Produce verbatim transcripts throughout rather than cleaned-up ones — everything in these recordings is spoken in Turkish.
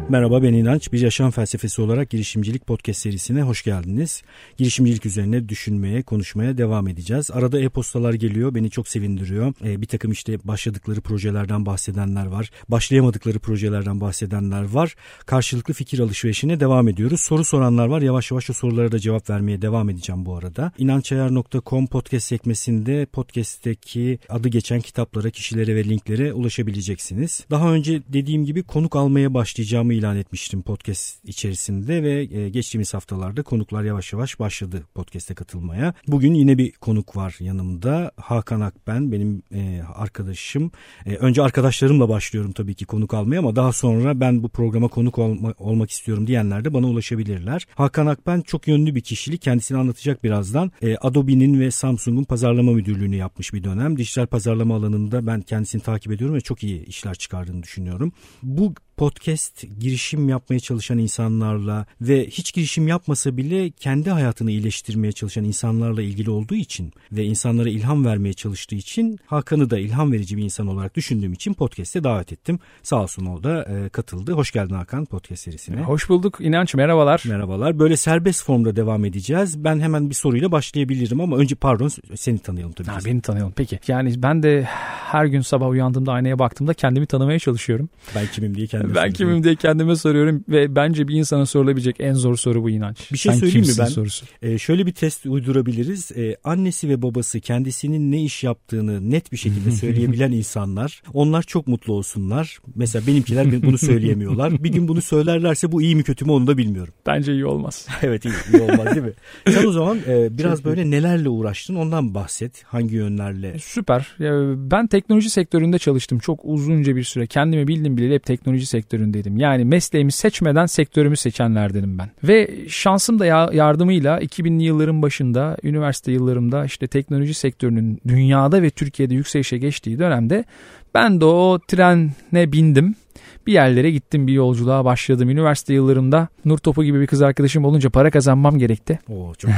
Merhaba, ben İnanç. Bir yaşam felsefesi olarak girişimcilik podcast serisine hoş geldiniz. Girişimcilik üzerine düşünmeye, konuşmaya devam edeceğiz. Arada e-postalar geliyor, beni çok sevindiriyor. Ee, bir takım işte başladıkları projelerden bahsedenler var. Başlayamadıkları projelerden bahsedenler var. Karşılıklı fikir alışverişine devam ediyoruz. Soru soranlar var. Yavaş yavaş o sorulara da cevap vermeye devam edeceğim bu arada. inançayar nokta com podcast sekmesinde podcast'teki adı geçen kitaplara, kişilere ve linklere ulaşabileceksiniz. Daha önce dediğim gibi konuk almaya başlayacağımı ilan etmiştim podcast içerisinde ve geçtiğimiz haftalarda konuklar yavaş yavaş başladı podcast'e katılmaya. Bugün yine bir konuk var yanımda. Hakan Akben, benim e, arkadaşım. E, önce arkadaşlarımla başlıyorum tabii ki konuk almaya ama daha sonra ben bu programa konuk olma, olmak istiyorum diyenler de bana ulaşabilirler. Hakan Akben çok yönlü bir kişilik. Kendisini anlatacak birazdan. E, Adobe'nin ve Samsung'un pazarlama müdürlüğünü yapmış bir dönem. Dijital pazarlama alanında ben kendisini takip ediyorum ve çok iyi işler çıkardığını düşünüyorum. Bu podcast girişim yapmaya çalışan insanlarla ve hiç girişim yapmasa bile kendi hayatını iyileştirmeye çalışan insanlarla ilgili olduğu için ve insanlara ilham vermeye çalıştığı için Hakan'ı da ilham verici bir insan olarak düşündüğüm için podcast'e davet ettim. Sağ olsun o da e, katıldı. Hoş geldin Hakan podcast serisine. Hoş bulduk İnanç, merhabalar. Merhabalar. Böyle serbest formda devam edeceğiz. Ben hemen bir soruyla başlayabilirim ama önce pardon seni tanıyalım tabii. Ha, beni tanıyalım peki. Yani ben de her gün sabah uyandığımda aynaya baktığımda kendimi tanımaya çalışıyorum. Ben kimim diye kendime Ben kimim diye kendime soruyorum ve bence bir insana sorulabilecek en zor soru bu İnanç. Bir şey Sen söyleyeyim mi ben? Sorusu. Ee, şöyle bir test uydurabiliriz. Ee, annesi ve babası kendisinin ne iş yaptığını net bir şekilde söyleyebilen insanlar, onlar çok mutlu olsunlar. Mesela benimkiler bunu söyleyemiyorlar. Bir gün bunu söylerlerse bu iyi mi kötü mü onu da bilmiyorum. Bence iyi olmaz. Evet iyi, iyi olmaz değil mi? Sen o zaman e, biraz böyle nelerle uğraştın ondan bahset. Hangi yönlerle? Süper. Ben teknoloji sektöründe çalıştım çok uzunca bir süre. Kendimi bildim bileli hep teknoloji sektöründeydim. Yani mesleğimi seçmeden sektörümü seçenlerdenim ben. Ve şansım da yardımıyla iki binli yılların başında, üniversite yıllarımda işte teknoloji sektörünün dünyada ve Türkiye'de yükselişe geçtiği dönemde ben de o trene bindim. Bir yerlere gittim, bir yolculuğa başladım. Üniversite yıllarımda Nur Topu gibi bir kız arkadaşım olunca para kazanmam gerekti. Oo, çok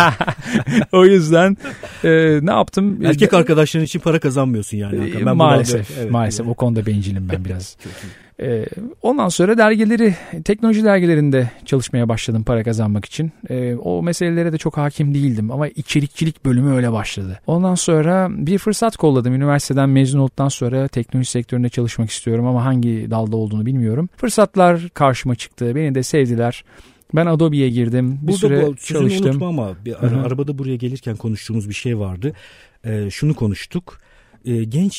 güzel. O yüzden e, ne yaptım? Erkek arkadaşların için para kazanmıyorsun yani. E, maalesef, evet, maalesef evet. O konuda bencilim ben biraz. Ee, ondan sonra dergileri, teknoloji dergilerinde çalışmaya başladım para kazanmak için. Ee, o meselelere de çok hakim değildim ama içerikçilik bölümü öyle başladı. Ondan sonra bir fırsat kolladım. Üniversiteden mezun olduktan sonra teknoloji sektöründe çalışmak istiyorum ama hangi dalda olduğunu bilmiyorum. Fırsatlar karşıma çıktı. Beni de sevdiler. Ben Adobe'ye girdim. Bir Burada süre bu, çalıştım. Unutma ama bir ara, arabada buraya gelirken konuştuğumuz bir şey vardı. Ee, şunu konuştuk. Ee, genç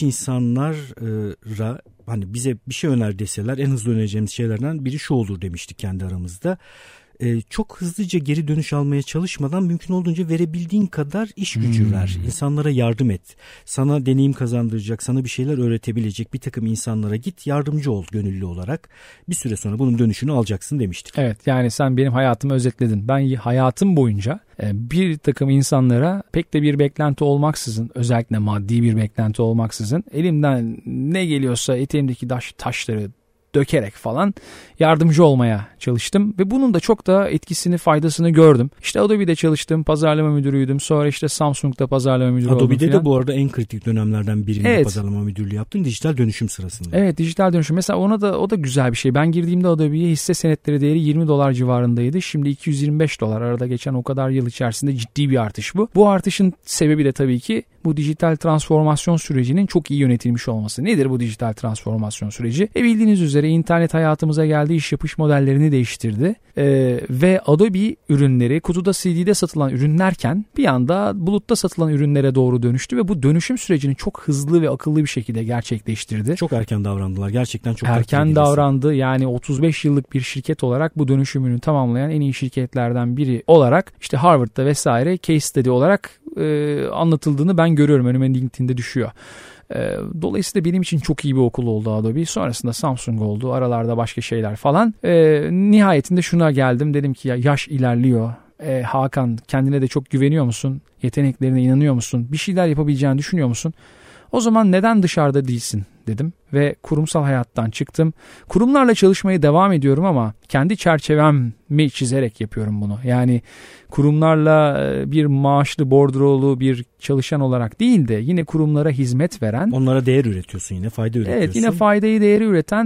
insanlara hani bize bir şey öner deseler en hızlı önereceğimiz şeylerden biri şu olur demiştik kendi aramızda. Ee, çok hızlıca geri dönüş almaya çalışmadan mümkün olduğunca verebildiğin kadar iş gücü hmm. ver. İnsanlara yardım et. Sana deneyim kazandıracak, sana bir şeyler öğretebilecek bir takım insanlara git, yardımcı ol gönüllü olarak. Bir süre sonra bunun dönüşünü alacaksın demiştik. Evet, yani sen benim hayatımı özetledin. Ben hayatım boyunca bir takım insanlara pek de bir beklenti olmaksızın, özellikle maddi bir beklenti olmaksızın elimden ne geliyorsa eteğimdeki taş, taşları dökerek falan yardımcı olmaya çalıştım ve bunun da çok da etkisini, faydasını gördüm. İşte Adobe'de çalıştım, pazarlama müdürüydüm. Sonra işte Samsung'da pazarlama müdürü Adobe'de oldum. Adobe'de de bu arada en kritik dönemlerden birinde evet. pazarlama müdürlüğü yaptın dijital dönüşüm sırasında. Evet, dijital dönüşüm. Mesela ona da o da güzel bir şey. Ben girdiğimde Adobe'ye hisse senetleri değeri yirmi dolar civarındaydı. Şimdi iki yüz yirmi beş dolar. Arada geçen o kadar yıl içerisinde ciddi bir artış bu. Bu artışın sebebi de tabii ki bu dijital transformasyon sürecinin çok iyi yönetilmiş olması. Nedir bu dijital transformasyon süreci? E bildiğiniz üzere internet hayatımıza geldi, iş yapış modellerini değiştirdi. Ee, ve Adobe ürünleri kutuda C D'de satılan ürünlerken bir anda bulutta satılan ürünlere doğru dönüştü ve bu dönüşüm sürecini çok hızlı ve akıllı bir şekilde gerçekleştirdi. Çok erken davrandılar. Gerçekten çok erken davrandı. Yani otuz beş yıllık bir şirket olarak bu dönüşümünü tamamlayan en iyi şirketlerden biri olarak işte Harvard'da vesaire case study olarak e, anlatıldığını ben görüyorum. Önüme LinkedIn'de düşüyor. E, dolayısıyla benim için çok iyi bir okul oldu Adobe. Sonrasında Samsung oldu. Aralarda başka şeyler falan. E, nihayetinde şuna geldim. Dedim ki ya yaş ilerliyor. E, Hakan kendine de çok güveniyor musun? Yeteneklerine inanıyor musun? Bir şeyler yapabileceğini düşünüyor musun? O zaman neden dışarıda değilsin dedim ve kurumsal hayattan çıktım. Kurumlarla çalışmaya devam ediyorum ama kendi çerçevemi çizerek yapıyorum bunu. Yani kurumlarla bir maaşlı bordrolu bir çalışan olarak değil de yine kurumlara hizmet veren. Onlara değer üretiyorsun, yine fayda üretiyorsun. Evet, yine faydayı değeri üreten ama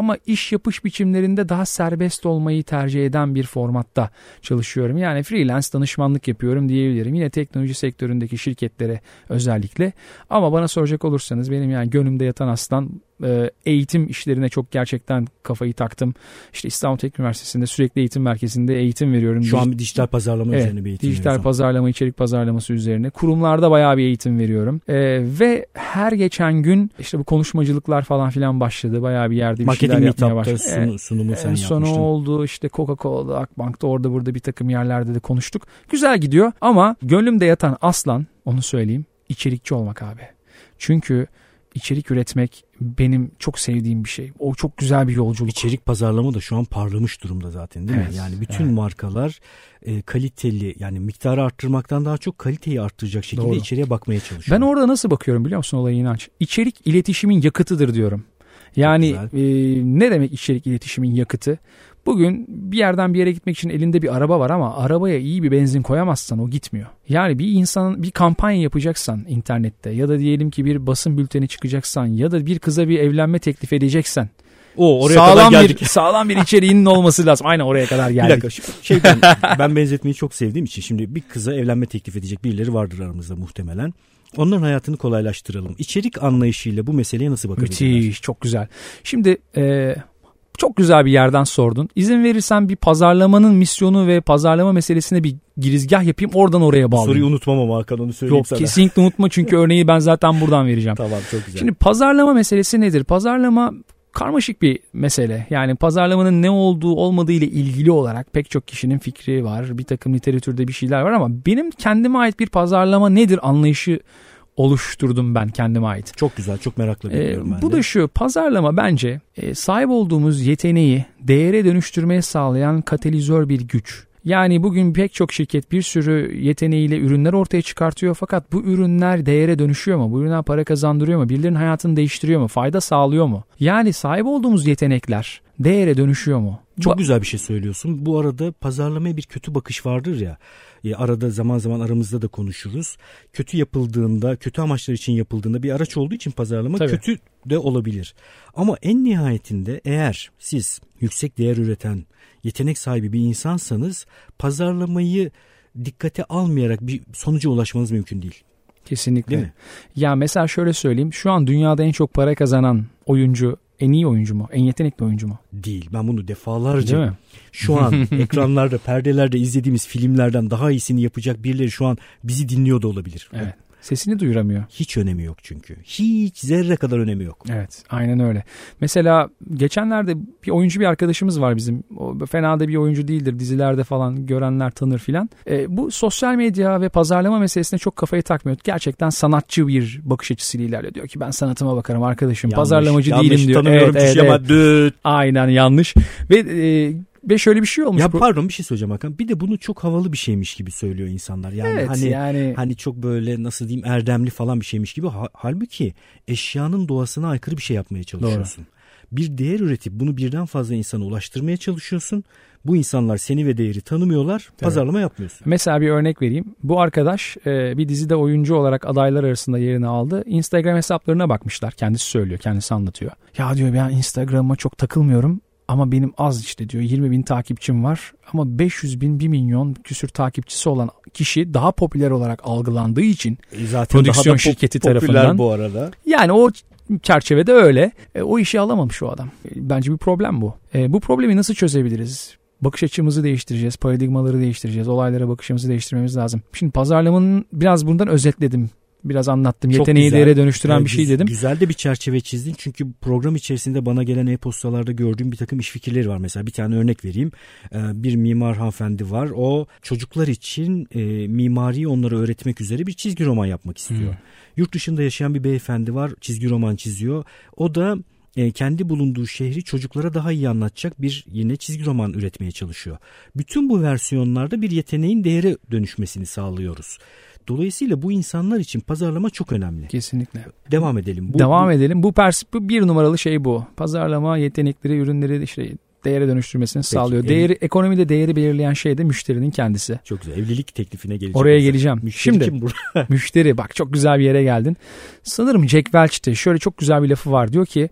ama iş yapış biçimlerinde daha serbest olmayı tercih eden bir formatta çalışıyorum. Yani freelance danışmanlık yapıyorum diyebilirim. Yine teknoloji sektöründeki şirketlere özellikle. Ama bana soracak olursanız benim yani gönlümde yatan aslan eğitim işlerine çok gerçekten kafayı taktım. İşte İstanbul Teknik Üniversitesi'nde sürekli eğitim merkezinde eğitim veriyorum. Şu an bir dijital pazarlama evet, üzerine bir eğitim dijital veriyorsun. pazarlama, içerik pazarlaması üzerine. Kurumlarda bayağı bir eğitim veriyorum. Ee, ve her geçen gün işte bu konuşmacılıklar falan filan başladı. Bayağı bir yerde bir Marketing şeyler yapmaya Meetup'ta başladı. sunu, sunumu ee, sen en yapmıştın. sonu oldu işte Coca-Cola'da, Akbank'ta, orada burada bir takım yerlerde de konuştuk. Güzel gidiyor ama gönlümde yatan aslan, onu söyleyeyim, içerikçi olmak abi. Çünkü İçerik üretmek benim çok sevdiğim bir şey. O çok güzel bir yolculuk. İçerik pazarlama da şu an parlamış durumda zaten değil evet, mi? Yani bütün evet. markalar e, kaliteli, yani miktarı arttırmaktan daha çok kaliteyi arttıracak şekilde Doğru. içeriye bakmaya çalışıyor. Ben orada nasıl bakıyorum biliyor musun olaya inanç? İçerik iletişimin yakıtıdır diyorum. Yani e, ne demek içerik iletişimin yakıtı? Bugün bir yerden bir yere gitmek için elinde bir araba var ama arabaya iyi bir benzin koyamazsan o gitmiyor. Yani bir insanın bir kampanya yapacaksan internette ya da diyelim ki bir basın bülteni çıkacaksan ya da bir kıza bir evlenme teklif edeceksen o oraya sağlam kadar geldik. bir sağlam bir içeriğinin olması lazım. Aynen oraya kadar geldik. Bir dakika. Şey ben, ben benzetmeyi çok sevdiğim için şimdi bir kıza evlenme teklif edecek birileri vardır aramızda muhtemelen. Onların hayatını kolaylaştıralım. İçerik anlayışıyla bu meseleye nasıl bakabilirler? Müthiş, çok güzel. Şimdi e, çok güzel bir yerden sordun. İzin verirsen bir pazarlamanın misyonu ve pazarlama meselesine bir girizgah yapayım. Oradan oraya bağlayayım. Soruyu unutmam ama Hakan, onu söyleyeyim Yok, sana. Yok kesinlikle unutma çünkü örneği ben zaten buradan vereceğim. Tamam, çok güzel. Şimdi pazarlama meselesi nedir? Pazarlama karmaşık bir mesele. Yani pazarlamanın ne olduğu olmadığı ile ilgili olarak pek çok kişinin fikri var. Bir takım literatürde bir şeyler var ama benim kendime ait bir pazarlama nedir anlayışı oluşturdum ben kendime ait. Çok güzel, çok merakla bekliyorum ee, ben bu de. da şu, pazarlama bence e, sahip olduğumuz yeteneği değere dönüştürmeye sağlayan katalizör bir güç. Yani bugün pek çok şirket bir sürü yeteneğiyle ürünler ortaya çıkartıyor fakat bu ürünler değere dönüşüyor mu? Bu ürünler para kazandırıyor mu? Birilerinin hayatını değiştiriyor mu? Fayda sağlıyor mu? Yani sahip olduğumuz yetenekler değere dönüşüyor mu? Çok Ba- güzel bir şey söylüyorsun. Bu arada pazarlamaya bir kötü bakış vardır ya. E, arada zaman zaman aramızda da konuşuruz. Kötü yapıldığında, kötü amaçlar için yapıldığında bir araç olduğu için pazarlama Tabii. kötü de olabilir. Ama en nihayetinde eğer siz yüksek değer üreten, yetenek sahibi bir insansanız pazarlamayı dikkate almayarak bir sonuca ulaşmanız mümkün değil. Kesinlikle. Değil mi? Ya mesela şöyle söyleyeyim. Şu an dünyada en çok para kazanan oyuncu en iyi oyuncu mu? En yetenekli oyuncu mu? Değil. Ben bunu defalarca Değil mi? şu an ekranlarda, perdelerde izlediğimiz filmlerden daha iyisini yapacak birileri şu an bizi dinliyor da olabilir. Evet. Sesini duyuramıyor. Hiç önemi yok çünkü. Hiç zerre kadar önemi yok. Evet, aynen öyle. Mesela geçenlerde bir oyuncu bir arkadaşımız var bizim. O fena da bir oyuncu değildir. Dizilerde falan görenler tanır filan. E, bu sosyal medya ve pazarlama meselesine çok kafayı takmıyor. Gerçekten sanatçı bir bakış açısıyla ilerliyor. Diyor ki ben sanatıma bakarım arkadaşım. Yanlış, Pazarlamacı yanlış, değilim diyor. Tanımıyorum evet, kişi evet, ama evet. düt. Aynen yanlış. Ve e, Ve şöyle bir şey olmuş. Ya pardon bir şey söyleyeceğim Hakan. Bir de bunu çok havalı bir şeymiş gibi söylüyor insanlar. Yani evet, hani yani hani çok böyle nasıl diyeyim erdemli falan bir şeymiş gibi. Halbuki eşyanın doğasına aykırı bir şey yapmaya çalışıyorsun. Doğru. Bir değer üretip bunu birden fazla insana ulaştırmaya çalışıyorsun. Bu insanlar seni ve değeri tanımıyorlar. Evet. Pazarlama yapmıyorsun. Mesela bir örnek vereyim. Bu arkadaş e, bir dizide oyuncu olarak adaylar arasında yerini aldı. Instagram hesaplarına bakmışlar. Kendisi söylüyor, kendisi anlatıyor. Ya diyor ben Instagram'a çok takılmıyorum. Ama benim az işte diyor yirmi bin takipçim var ama beş yüz bin bir milyon küsür takipçisi olan kişi daha popüler olarak algılandığı için e zaten prodüksiyon daha da şirketi popüler tarafından bu arada. Yani o çerçevede öyle. E, o işi alamamış o adam. E, bence bir problem bu. E, bu problemi nasıl çözebiliriz? Bakış açımızı değiştireceğiz, paradigmaları değiştireceğiz, olaylara bakışımızı değiştirmemiz lazım. Şimdi pazarlamanın biraz bundan özetledim. Biraz anlattım. Çok yeteneği güzel, değere dönüştüren evet, bir şey dedim. Güzel de bir çerçeve çizdin. Çünkü program içerisinde bana gelen e-postalarda gördüğüm bir takım iş fikirleri var. Mesela bir tane örnek vereyim. Bir mimar hanımefendi var. O çocuklar için e, mimariyi onlara öğretmek üzere bir çizgi roman yapmak istiyor. Hmm. Yurt dışında yaşayan bir beyefendi var. Çizgi roman çiziyor. O da e, kendi bulunduğu şehri çocuklara daha iyi anlatacak bir yine çizgi roman üretmeye çalışıyor. Bütün bu versiyonlarda bir yeteneğin değere dönüşmesini sağlıyoruz. Dolayısıyla bu insanlar için pazarlama çok önemli. Kesinlikle. Devam edelim. Bu, Devam bu... edelim. Bu, pers- bu bir numaralı şey bu. Pazarlama yetenekleri, ürünleri işte değere dönüştürmesini Peki, sağlıyor. Ev... Değeri, ekonomide değeri belirleyen şey de müşterinin kendisi. Çok güzel. Evlilik teklifine geleceğim. Oraya geleceğim. Müşteri Şimdi kim burada? Müşteri bak çok güzel bir yere geldin. Sanırım Jack Welch'te şöyle çok güzel bir lafı var. Diyor ki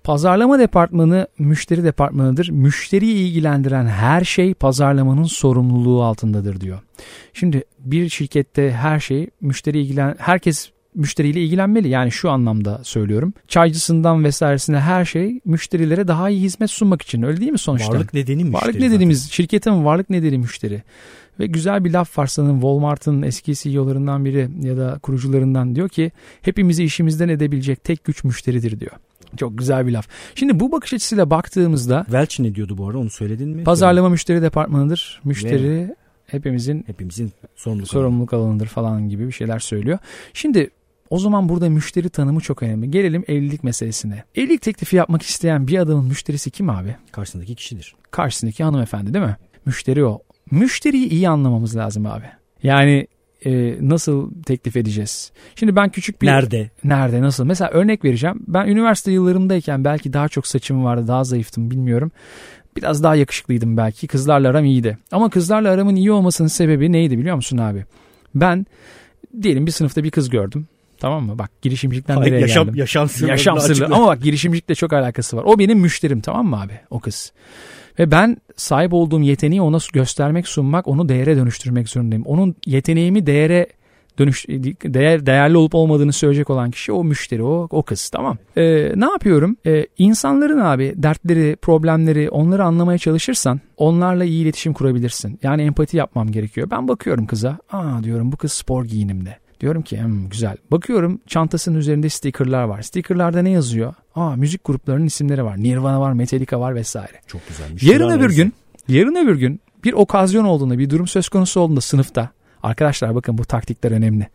Pazarlama departmanı müşteri departmanıdır. Müşteriyi ilgilendiren her şey pazarlamanın sorumluluğu altındadır diyor. Şimdi bir şirkette her şey müşteri ilgilen herkes müşteriyle ilgilenmeli. Yani şu anlamda söylüyorum. Çaycısından vesairesine her şey müşterilere daha iyi hizmet sunmak için. Öyle değil mi sonuçta? Varlık nedeni müşteri. Varlık nedenimiz zaten. Şirketin varlık nedeni müşteri. Ve güzel bir laf var sanırım, Walmart'ın eski C E O'larından biri ya da kurucularından diyor ki hepimizi işimizden edebilecek tek güç müşteridir diyor. Çok güzel bir laf. Şimdi bu bakış açısıyla baktığımızda Welch ne diyordu bu arada, onu söyledin mi? Pazarlama müşteri departmanıdır. Müşteri Ve hepimizin hepimizin sorumluluk, sorumluluk alanıdır falan gibi bir şeyler söylüyor. Şimdi o zaman burada müşteri tanımı çok önemli. Gelelim evlilik meselesine. Evlilik teklifi yapmak isteyen bir adamın müşterisi kim abi? Karşısındaki kişidir. Karşısındaki hanımefendi değil mi? Müşteri o. Müşteriyi iyi anlamamız lazım abi. Yani e, nasıl teklif edeceğiz? Şimdi ben küçük bir... Nerede? Nerede, nasıl? Mesela örnek vereceğim. Ben üniversite yıllarımdayken belki daha çok saçım vardı, daha zayıftım bilmiyorum. Biraz daha yakışıklıydım belki. Kızlarla aram iyiydi. Ama kızlarla aramın iyi olmasının sebebi neydi biliyor musun abi? Ben diyelim bir sınıfta bir kız gördüm. Tamam mı? Bak girişimcilikten Hayır, nereye yaşam, geldim? Yaşam sırrı. Yaşam sırrı. Ama bak girişimcilikle çok alakası var. O benim müşterim, tamam mı abi? O kız. Ve ben sahip olduğum yeteneği ona göstermek, sunmak, onu değere dönüştürmek zorundayım. Onun yeteneğimi değere dönüş değer değerli olup olmadığını söyleyecek olan kişi o müşteri, o o kız, tamam. Ee, ne yapıyorum? Ee, insanların abi dertleri, problemleri, onları anlamaya çalışırsan onlarla iyi iletişim kurabilirsin. Yani empati yapmam gerekiyor. Ben bakıyorum kıza. Aa diyorum, bu kız spor giyinimde. Diyorum ki hmm, güzel. Bakıyorum çantasının üzerinde stickerlar var. Stickerlarda ne yazıyor? Aa müzik gruplarının isimleri var. Nirvana var, Metallica var vesaire. Çok güzelmiş. Yarın öbür gün, yarın öbür gün bir okazyon olduğunda, bir durum söz konusu olduğunda sınıfta, arkadaşlar bakın bu taktikler önemli.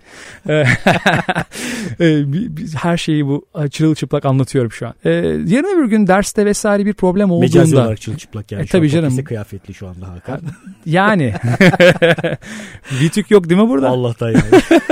Her şeyi bu çırılçıplak anlatıyorum şu an. Yarın öbür gün derste vesaire bir problem olduğunda. Mecazi olarak çırılçıplak yani. E, tabii canım. Kıyafetli şu anda Hakan. Yani. Bir tük yok değil mi burada? Allah'tan yani.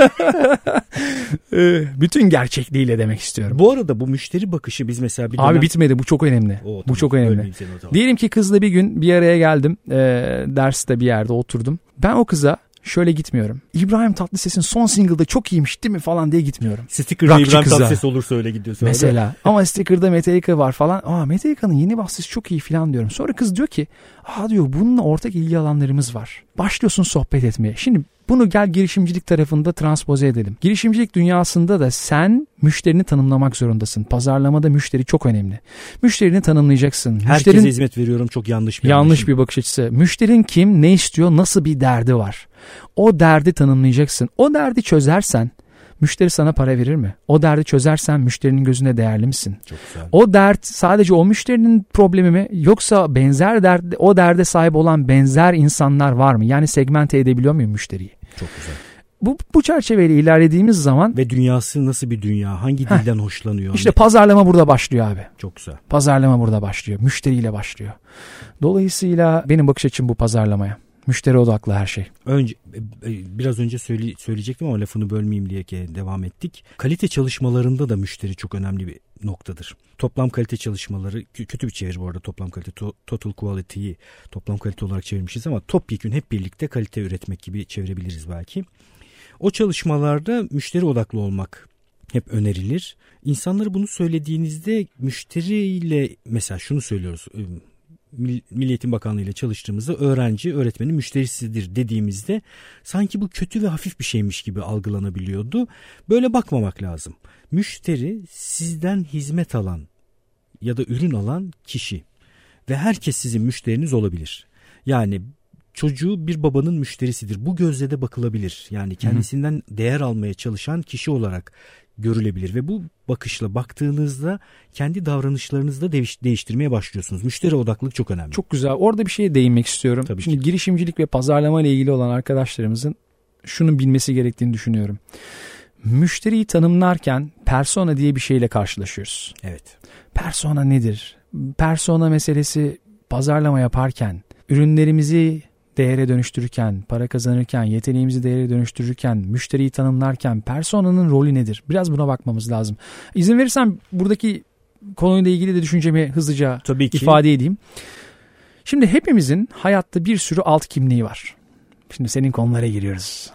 Bütün gerçekliğiyle demek istiyorum. Bu arada bu müşteri bakışı biz mesela bir dönem... Abi bitmedi, bu çok önemli. O, tamam, bu çok önemli. Diyelim ki kızla bir gün bir araya geldim. E, derste bir yerde oturdum. Ben o kıza şöyle gitmiyorum. İbrahim Tatlıses'in son single'da çok iyiymiş değil mi falan diye gitmiyorum. Sticker'da İbrahim Tatlıses olursa öyle gidiyorsun. Mesela. Ama sticker'da Metallica var falan. Aa Metallica'nın yeni bastısı çok iyi falan diyorum. Sonra kız diyor ki aa diyor bununla ortak ilgi alanlarımız var. Başlıyorsun sohbet etmeye. Şimdi bunu gel girişimcilik tarafında transpoze edelim. Girişimcilik dünyasında da sen müşterini tanımlamak zorundasın. Pazarlamada müşteri çok önemli. Müşterini tanımlayacaksın. Herkese Müşterin, hizmet veriyorum, çok yanlış bir Yanlış anlaşım. bir bakış açısı. Müşterin kim, ne istiyor, nasıl bir derdi var? O derdi tanımlayacaksın. O derdi çözersen müşteri sana para verir mi? O derdi çözersen müşterinin gözünde değerli misin? Çok güzel. O dert sadece o müşterinin problemi mi? Yoksa benzer dert, o derde sahip olan benzer insanlar var mı? Yani segmente edebiliyor muyum müşteriyi? Çok güzel. Bu, bu çerçeveyle ilerlediğimiz zaman... Ve dünyası nasıl bir dünya? Hangi heh, dilden hoşlanıyor? İşte pazarlama burada başlıyor abi. Çok güzel. Pazarlama burada başlıyor. Müşteriyle başlıyor. Dolayısıyla benim bakış açım bu pazarlamaya. Müşteri odaklı her şey. Önce biraz önce söyle, söyleyecektim ama lafını bölmeyeyim diye devam ettik. Kalite çalışmalarında da müşteri çok önemli bir noktadır. Toplam kalite çalışmaları, kötü bir çeviri bu arada toplam kalite, total quality'yi toplam kalite olarak çevirmişiz ama topyekün hep birlikte kalite üretmek gibi çevirebiliriz belki. O çalışmalarda müşteri odaklı olmak hep önerilir. İnsanlara bunu söylediğinizde müşteriyle mesela şunu söylüyoruz. Milli Eğitim Bakanlığı ile çalıştığımızda öğrenci öğretmenin müşterisidir dediğimizde sanki bu kötü ve hafif bir şeymiş gibi algılanabiliyordu. Böyle bakmamak lazım. Müşteri sizden hizmet alan ya da ürün alan kişi ve herkes sizin müşteriniz olabilir. Yani çocuğu bir babanın müşterisidir. Bu gözle de bakılabilir. Yani kendisinden Hı-hı. değer almaya çalışan kişi olarak görülebilir ve bu bakışla baktığınızda kendi davranışlarınızı da değiş- değiştirmeye başlıyorsunuz. Müşteri odaklılık çok önemli. Çok güzel. Orada bir şeye değinmek istiyorum. Tabii Şimdi ki. girişimcilik ve pazarlama ile ilgili olan arkadaşlarımızın şunu bilmesi gerektiğini düşünüyorum. Müşteriyi tanımlarken persona diye bir şeyle karşılaşıyoruz. Evet. Persona nedir? Persona meselesi pazarlama yaparken, ürünlerimizi değere dönüştürürken, para kazanırken, yeteneğimizi değere dönüştürürken, müşteriyi tanımlarken personanın rolü nedir? Biraz buna bakmamız lazım. İzin verirsen buradaki konuyla ilgili de düşüncemi hızlıca Tabii ki. ifade edeyim. Şimdi hepimizin hayatta bir sürü alt kimliği var. Şimdi senin konulara giriyoruz.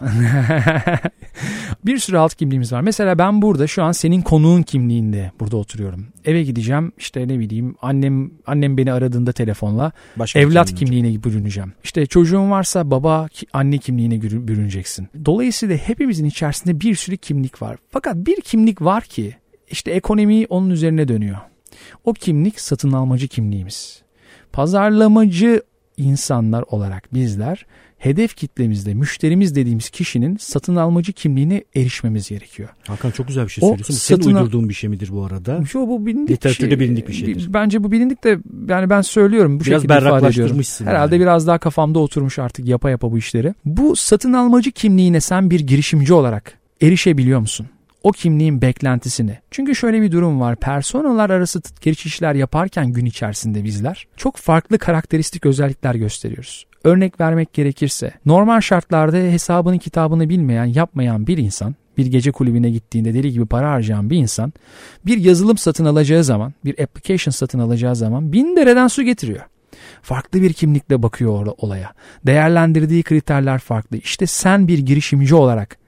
Bir sürü alt kimliğimiz var. Mesela ben burada şu an senin konuğun kimliğinde burada oturuyorum. Eve gideceğim, işte ne bileyim annem annem beni aradığında telefonla başka evlat kimliğine bürüneceğim. İşte çocuğun varsa baba anne kimliğine bürüneceksin. Dolayısıyla hepimizin içerisinde bir sürü kimlik var. Fakat bir kimlik var ki işte ekonomi onun üzerine dönüyor. O kimlik satın almacı kimliğimiz. Pazarlamacı insanlar olarak bizler hedef kitlemizde müşterimiz dediğimiz kişinin satın almacı kimliğine erişmemiz gerekiyor. Hakan çok güzel bir şey söylüyorsun. Senin satın... uydurduğun bir şey midir bu arada? Yo, bu bilindik literatürde bir şey. bilindik bir şeydir. Bence bu bilindik de yani ben söylüyorum bu biraz şekilde ifade ediyorum. Herhalde yani. Biraz daha kafamda oturmuş artık yapa yapa bu işleri. Bu satın almacı kimliğine sen bir girişimci olarak erişebiliyor musun? O kimliğin beklentisini. Çünkü şöyle bir durum var. Personalar arası geçişler yaparken gün içerisinde bizler çok farklı karakteristik özellikler gösteriyoruz. Örnek vermek gerekirse normal şartlarda hesabının kitabını bilmeyen, yapmayan bir insan, bir gece kulübüne gittiğinde deli gibi para harcayan bir insan bir yazılım satın alacağı zaman, bir application satın alacağı zaman bin dereden su getiriyor. Farklı bir kimlikle bakıyor orada olaya. Değerlendirdiği kriterler farklı. İşte sen bir girişimci olarak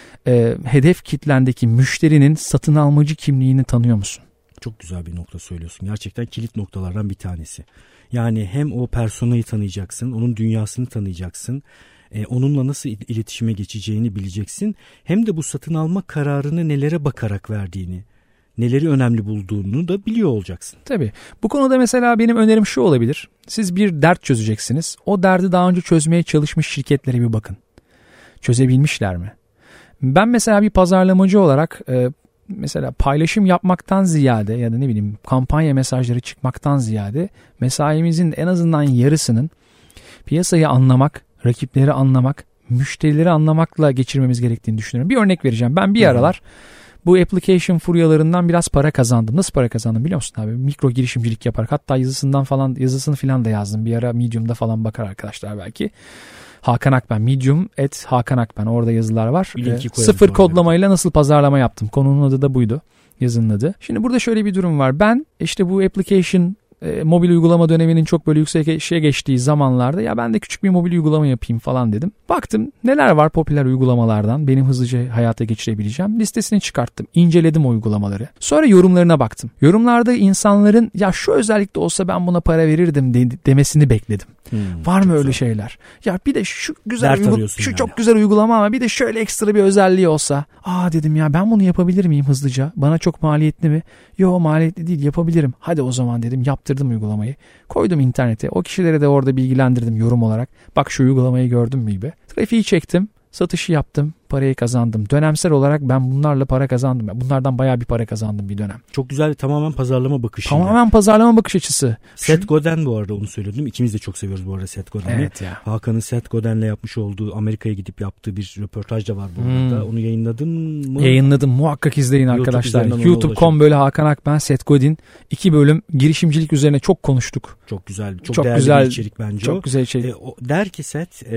e, hedef kitlendeki müşterinin satın almacı kimliğini tanıyor musun? Çok güzel bir nokta söylüyorsun. Gerçekten kilit noktalardan bir tanesi. Yani hem o personayı tanıyacaksın, onun dünyasını tanıyacaksın, e, onunla nasıl iletişime geçeceğini bileceksin. Hem de bu satın alma kararını nelere bakarak verdiğini, neleri önemli bulduğunu da biliyor olacaksın. Tabii. Bu konuda mesela benim önerim şu olabilir. Siz bir dert çözeceksiniz. O derdi daha önce çözmeye çalışmış şirketlere bir bakın. Çözebilmişler mi? Ben mesela bir pazarlamacı olarak e, mesela paylaşım yapmaktan ziyade ya da ne bileyim kampanya mesajları çıkmaktan ziyade mesaimizin en azından yarısının piyasayı anlamak, rakipleri anlamak, müşterileri anlamakla geçirmemiz gerektiğini düşünüyorum. Bir örnek vereceğim. Ben bir aralar bu application furyalarından biraz para kazandım. Nasıl para kazandım biliyor musun abi? Mikro girişimcilik yaparak, hatta yazısından falan yazısını falan da yazdım. Bir ara Medium'da falan bakar arkadaşlar belki. Hakan Akben, Medium et Hakan Akben, orada yazılar var. E, sıfır kodlamayla nasıl pazarlama yaptım. Konunun adı da buydu. Yazının adı. Şimdi burada şöyle bir durum var. Ben işte bu application e, mobil uygulama döneminin çok böyle yüksek şeye geçtiği zamanlarda ya ben de küçük bir mobil uygulama yapayım falan dedim. Baktım neler var popüler uygulamalardan benim hızlıca hayata geçirebileceğim. Listesini çıkarttım. İnceledim o uygulamaları. Sonra yorumlarına baktım. Yorumlarda insanların ya şu özellikle olsa ben buna para verirdim de, demesini bekledim. Hmm, var mı öyle güzel şeyler? Ya bir de şu güzel uygul- şu yani. Çok güzel uygulama ama bir de şöyle ekstra bir özelliği olsa. Aa dedim ya ben bunu yapabilir miyim hızlıca? Bana çok maliyetli mi? Yo maliyetli değil, yapabilirim. Hadi o zaman dedim, yaptırdım uygulamayı. Koydum internete. O kişilere de orada bilgilendirdim yorum olarak. Bak şu uygulamayı gördün mü gibi. Trafiği çektim. Satışı yaptım. Parayı kazandım. Dönemsel olarak ben bunlarla para kazandım. Bunlardan bayağı bir para kazandım bir dönem. Çok güzel, tamamen pazarlama bakışı. Tamamen pazarlama bakış açısı. Seth Godin bu arada, onu söyledim. İkimiz de çok seviyoruz bu arada Seth Godin'i. Evet ya. Hakan'ın Seth Godin'le yapmış olduğu, Amerika'ya gidip yaptığı bir röportaj da var bu arada. Hmm. Onu yayınladın mı? Yayınladım. Muhakkak izleyin arkadaşlar. YouTube YouTube nokta com böyle Hakan Akben, Seth Godin. İki bölüm girişimcilik üzerine çok konuştuk. Çok güzel. Çok, çok değerli güzel, bir içerik bence çok o. güzel içerik. E, o, der ki Seth, e,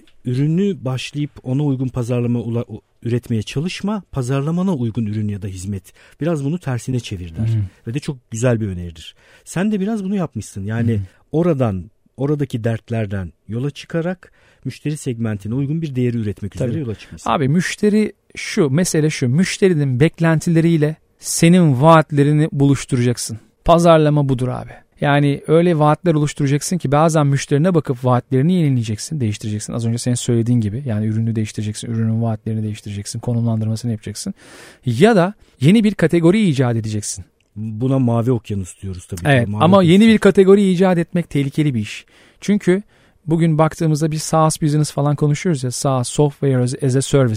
ürünü başlayıp ona uygun pazarlama ula, üretmeye çalışma, pazarlamana uygun ürün ya da hizmet. Biraz bunu tersine çevir der. Hmm. Ve de çok güzel bir öneridir. Sen de biraz bunu yapmışsın. Yani hmm. oradan, oradaki dertlerden yola çıkarak müşteri segmentine uygun bir değeri üretmek üzere Tabii. yola çıkmışsın. Abi müşteri şu, mesele şu. Müşterinin beklentileriyle senin vaatlerini buluşturacaksın. Pazarlama budur abi. Yani öyle vaatler oluşturacaksın ki bazen müşterine bakıp vaatlerini yenileyeceksin, değiştireceksin. Az önce senin söylediğin gibi yani ürünü değiştireceksin, ürünün vaatlerini değiştireceksin, konumlandırmasını yapacaksın. Ya da yeni bir kategori icat edeceksin. Buna mavi okyanus diyoruz tabii. Evet mavi ama okyanus. Yeni bir kategori icat etmek tehlikeli bir iş. Çünkü bugün baktığımızda bir SaaS business falan konuşuyoruz ya, SaaS, Software as a Service,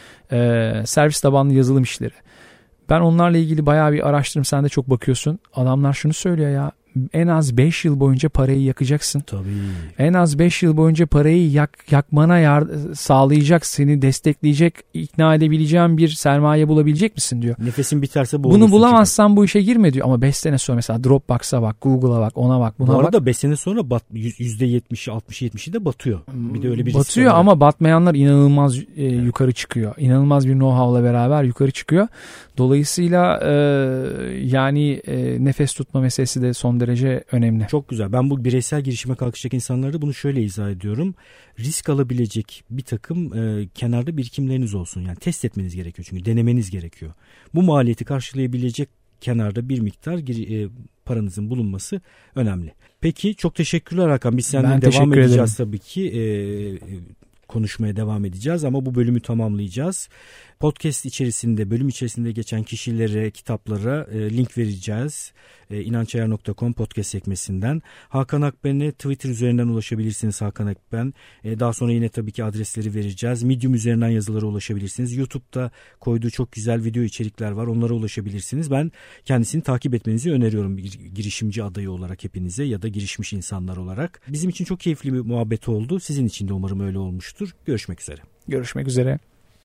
e, servis tabanlı yazılım işleri. Ben onlarla ilgili bayağı bir araştırdım, sen de çok bakıyorsun. Adamlar şunu söylüyor ya, en az beş yıl boyunca parayı yakacaksın. Tabii. En az beş yıl boyunca parayı yak, yakmana yar, sağlayacak, seni destekleyecek, ikna edebileceğin bir sermaye bulabilecek misin diyor. Nefesin biterse bu Bunu bulamazsan çıkar. Bu işe girme diyor. Ama beş sene sonra mesela Dropbox'a bak, Google'a bak, ona bak, buna bak. Bu arada beş sene sonra bat, yüzde yetmişi altmışı yetmişi de batıyor. Bir de öyle bir batıyor ama batmayanlar inanılmaz e, yukarı çıkıyor. İnanılmaz bir know-how'la beraber yukarı çıkıyor. Dolayısıyla e, yani e, nefes tutma meselesi de son derece derece önemli. Çok güzel. Ben bu bireysel girişime kalkışacak insanlara da bunu şöyle izah ediyorum. Risk alabilecek bir takım e, kenarda birikimleriniz olsun. Yani test etmeniz gerekiyor çünkü denemeniz gerekiyor. Bu maliyeti karşılayabilecek kenarda bir miktar e, paranızın bulunması önemli. Peki çok teşekkürler Hakan. Biz seninle devam edeceğiz ederim. Tabii ki. E, e, konuşmaya devam edeceğiz ama bu bölümü tamamlayacağız. Podcast içerisinde, bölüm içerisinde geçen kişilere, kitaplara e, link vereceğiz. E, inançayar nokta com podcast sekmesinden. Hakan Akben'e Twitter üzerinden ulaşabilirsiniz. Hakan Akben. E, daha sonra yine tabii ki adresleri vereceğiz. Medium üzerinden yazılara ulaşabilirsiniz. YouTube'da koyduğu çok güzel video içerikler var. Onlara ulaşabilirsiniz. Ben kendisini takip etmenizi öneriyorum. Bir girişimci adayı olarak hepinize ya da girişmiş insanlar olarak. Bizim için çok keyifli bir muhabbet oldu. Sizin için de umarım öyle olmuştur. Görüşmek üzere. Görüşmek üzere.